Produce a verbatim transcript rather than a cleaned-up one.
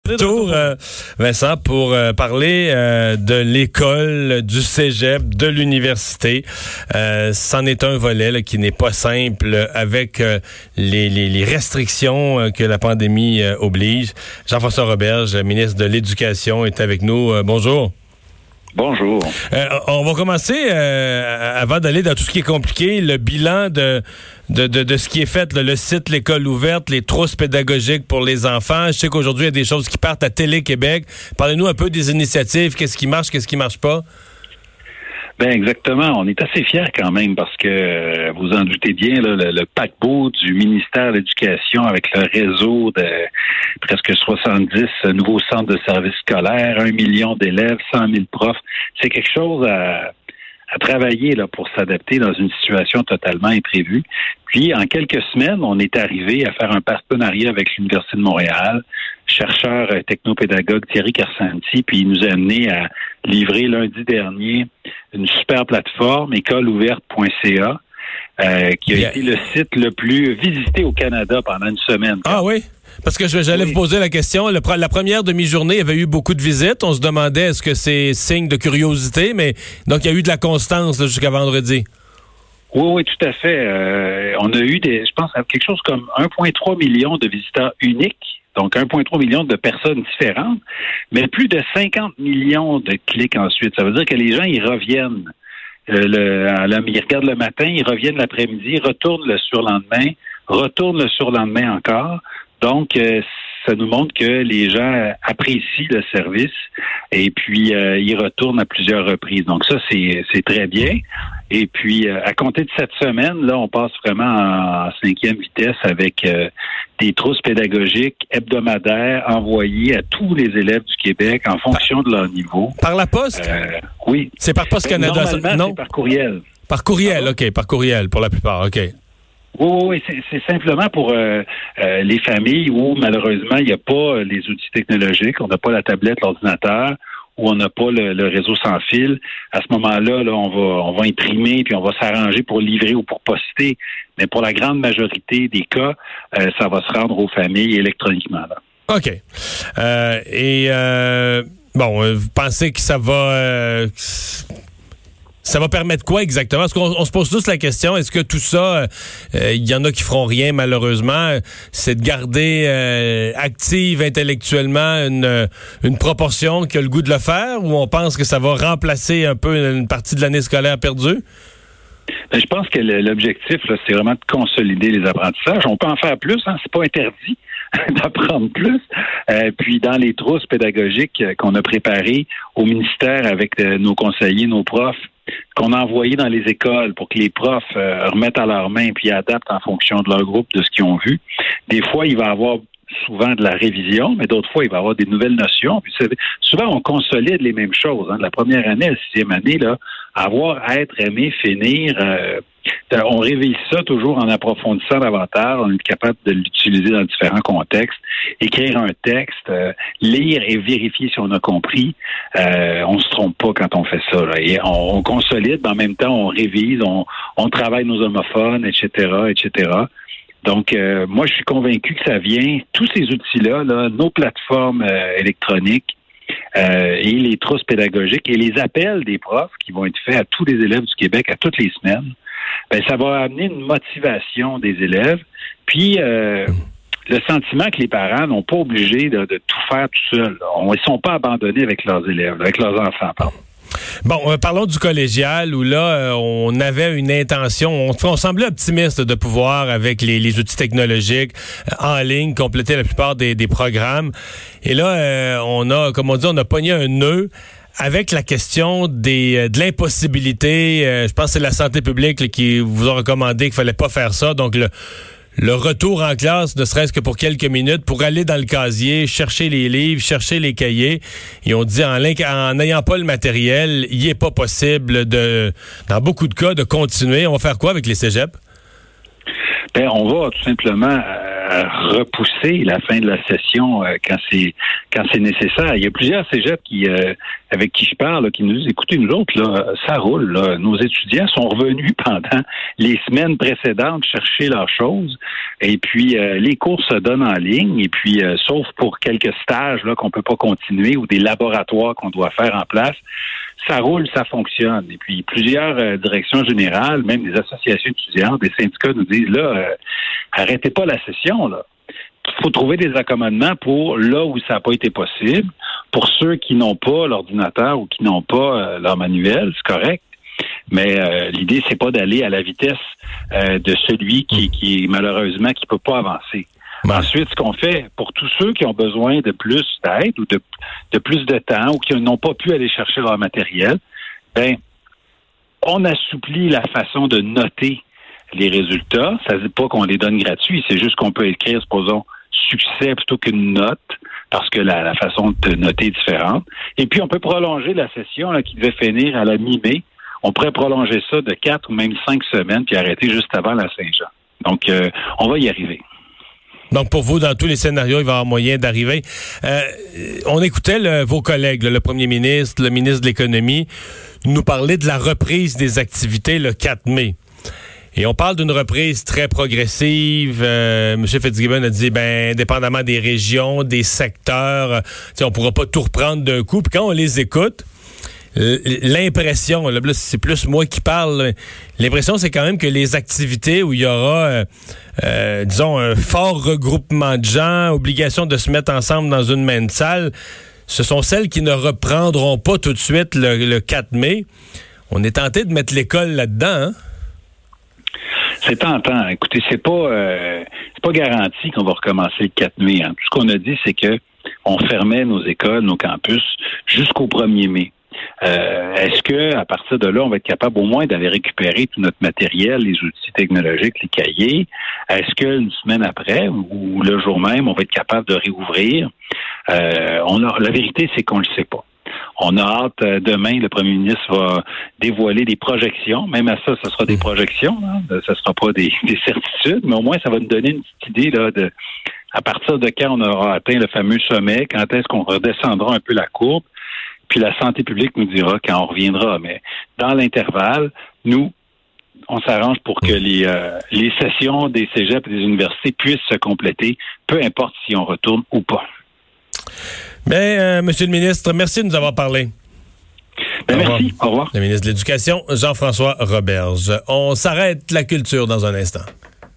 retour, euh, Vincent, pour euh, parler euh, de l'école, du cégep, de l'université. Euh, c'en est un volet là, qui n'est pas simple avec euh, les, les, les restrictions euh, que la pandémie euh, oblige. Jean-François Roberge, ministre de l'Éducation, est avec nous. Euh, bonjour. Bonjour. Euh, on va commencer, euh, avant d'aller dans tout ce qui est compliqué, le bilan de, de, de, de ce qui est fait, là, le site L'École ouverte, les trousses pédagogiques pour les enfants. Je sais qu'aujourd'hui, il y a des choses qui partent à Télé-Québec. Parlez-nous un peu des initiatives, qu'est-ce qui marche, qu'est-ce qui marche pas? Ben exactement. On est assez fiers quand même parce que, euh, vous en doutez bien, là, le, le paquebot du ministère de l'Éducation avec le réseau de presque soixante-dix nouveaux centres de services scolaires, un million d'élèves, cent mille profs, c'est quelque chose à, à travailler là pour s'adapter dans une situation totalement imprévue. Puis, en quelques semaines, on est arrivé à faire un partenariat avec l'Université de Montréal, chercheur technopédagogue Thierry Carsanti, puis il nous a amené à livrer lundi dernier une super plateforme, école ouverte point c a, euh, qui a yeah. été le site le plus visité au Canada pendant une semaine. Ah oui? Parce que j'allais oui. vous poser la question. Le, la première demi-journée, il y avait eu beaucoup de visites. On se demandait est-ce que c'est signe de curiosité, mais donc il y a eu de la constance là, jusqu'à vendredi. Oui, oui, tout à fait. Euh, on a eu, des, je pense, quelque chose comme un virgule trois million de visiteurs uniques, donc un virgule trois million de personnes différentes, mais plus de cinquante millions de clics ensuite. Ça veut dire que les gens, ils reviennent. Euh, le, là, ils regardent le matin, ils reviennent l'après-midi, retournent le surlendemain, retournent le surlendemain encore. Donc, euh, ça nous montre que les gens apprécient le service et puis euh, ils retournent à plusieurs reprises. Donc ça, c'est, c'est très bien. Et puis, euh, à compter de cette semaine, là, on passe vraiment en, en cinquième vitesse avec euh, des trousses pédagogiques hebdomadaires envoyées à tous les élèves du Québec en fonction de leur niveau. Par la poste? Euh, oui. C'est par Poste Canada? Normalement, non? C'est par courriel. Par courriel, OK. Par courriel, pour la plupart, OK. Oui, oui, oui. C'est, c'est simplement pour euh, euh, les familles où, malheureusement, il n'y a pas les outils technologiques, on n'a pas la tablette, l'ordinateur, où on n'a pas le, le réseau sans fil. À ce moment-là, là, on va on va imprimer puis on va s'arranger pour livrer ou pour poster. Mais pour la grande majorité des cas, euh, ça va se rendre aux familles électroniquement. Là. OK. Euh, et, euh, bon, vous pensez que ça va... Euh, Ça va permettre quoi exactement? Est-ce qu'on on se pose tous la question, est-ce que tout ça, il euh, y en a qui feront rien malheureusement, c'est de garder euh, active intellectuellement une, une proportion qui a le goût de le faire, ou on pense que ça va remplacer un peu une partie de l'année scolaire perdue? Ben, je pense que le, l'objectif, là, c'est vraiment de consolider les apprentissages. On peut en faire plus, hein, c'est pas interdit d'apprendre plus. Euh, puis dans les trousses pédagogiques qu'on a préparées au ministère avec euh, nos conseillers, nos profs, qu'on a envoyé dans les écoles pour que les profs euh, remettent à leurs mains puis adaptent en fonction de leur groupe, de ce qu'ils ont vu. Des fois, il va y avoir souvent de la révision, mais d'autres fois, il va y avoir des nouvelles notions. Puis souvent, on consolide les mêmes choses. Hein. De la première année à la sixième année, là, avoir, être, aimer, finir, euh, on révise ça toujours en approfondissant davantage. On est capable de l'utiliser dans différents contextes. Écrire un texte, euh, lire et vérifier si on a compris. Euh, on se trompe pas quand on fait ça. Là. Et on, on consolide, mais en même temps, on révise, on, on travaille nos homophones, et cetera, et cetera. Donc, euh, moi, je suis convaincu que ça vient, tous ces outils-là, là, nos plateformes euh, électroniques euh, et les trousses pédagogiques et les appels des profs qui vont être faits à tous les élèves du Québec à toutes les semaines, ben, ça va amener une motivation des élèves. Puis, euh, le sentiment que les parents n'ont pas obligé de, de tout faire tout seuls. Ils ne sont pas abandonnés avec leurs élèves, avec leurs enfants, pardon. Bon, euh, parlons du collégial où là, euh, on avait une intention, on, on semblait optimiste de pouvoir, avec les, les outils technologiques euh, en ligne, compléter la plupart des, des programmes. Et là, euh, on a, comme on dit, on a pogné un nœud avec la question des euh, de l'impossibilité. Euh, je pense que c'est la santé publique là, qui vous a recommandé qu'il fallait pas faire ça. Donc, le Le retour en classe, ne serait-ce que pour quelques minutes, pour aller dans le casier, chercher les livres, chercher les cahiers. Et on dit, en n'ayant pas le matériel, il n'est pas possible, de, dans beaucoup de cas, de continuer. On va faire quoi avec les cégeps? Ben, on va tout simplement à repousser la fin de la session euh, quand c'est quand c'est nécessaire. Il y a plusieurs cégeps qui euh, avec qui je parle là, qui nous disent écoutez, nous autres, là, ça roule. Là. Nos étudiants sont revenus pendant les semaines précédentes chercher leurs choses. Et puis euh, les cours se donnent en ligne. Et puis, euh, sauf pour quelques stages là, qu'on peut pas continuer ou des laboratoires qu'on doit faire en place, ça roule, ça fonctionne. Et puis plusieurs euh, directions générales, même des associations étudiantes, des syndicats nous disent là, euh, arrêtez pas la session, là. Il faut trouver des accommodements pour là où ça n'a pas été possible. Pour ceux qui n'ont pas l'ordinateur ou qui n'ont pas euh, leur manuel, c'est correct. Mais euh, l'idée, c'est pas d'aller à la vitesse euh, de celui qui, qui malheureusement qui peut pas avancer. Ouais. Ensuite, ce qu'on fait pour tous ceux qui ont besoin de plus d'aide ou de, de plus de temps ou qui n'ont pas pu aller chercher leur matériel, ben on assouplit la façon de noter les résultats. Ça ne dit pas qu'on les donne gratuits, c'est juste qu'on peut écrire, supposons, succès plutôt qu'une note, parce que la, la façon de noter est différente. Et puis, on peut prolonger la session là, qui devait finir à la mi-mai. On pourrait prolonger ça de quatre ou même cinq semaines, puis arrêter juste avant la Saint-Jean. Donc, euh, on va y arriver. Donc, pour vous, dans tous les scénarios, il va y avoir moyen d'arriver. Euh, on écoutait le, vos collègues, le premier ministre, le ministre de l'Économie, nous parler de la reprise des activités le quatre mai. Et on parle d'une reprise très progressive. Euh, M. Fitzgibbon a dit, ben, dépendamment des régions, des secteurs, on ne pourra pas tout reprendre d'un coup. Puis quand on les écoute, l'impression, là, c'est plus moi qui parle, l'impression, c'est quand même que les activités où il y aura, euh, euh, disons, un fort regroupement de gens, obligation de se mettre ensemble dans une même salle, ce sont celles qui ne reprendront pas tout de suite le, le quatre mai. On est tenté de mettre l'école là-dedans, hein? C'est tentant. Écoutez, c'est pas euh, c'est pas garanti qu'on va recommencer le quatre mai. Hein. Tout ce qu'on a dit, c'est que on fermait nos écoles, nos campus jusqu'au premier mai. Euh, est-ce que à partir de là, on va être capable au moins d'aller récupérer tout notre matériel, les outils technologiques, les cahiers? Est-ce qu'une semaine après ou le jour même, on va être capable de réouvrir? Euh, on a, la vérité, c'est qu'on le sait pas. On a hâte, euh, demain, le premier ministre va dévoiler des projections. Même à ça, ce sera des projections. Hein? Ce ne sera pas des, des certitudes, mais au moins, ça va nous donner une petite idée là, de à partir de quand on aura atteint le fameux sommet, quand est-ce qu'on redescendra un peu la courbe, puis la santé publique nous dira quand on reviendra. Mais dans l'intervalle, nous, on s'arrange pour que les, euh, les sessions des cégeps et des universités puissent se compléter, peu importe si on retourne ou pas. Ben, euh, Monsieur le ministre, merci de nous avoir parlé. Ben, au merci. Au revoir. Le ministre de l'Éducation, Jean-François Roberge. On s'arrête la culture dans un instant.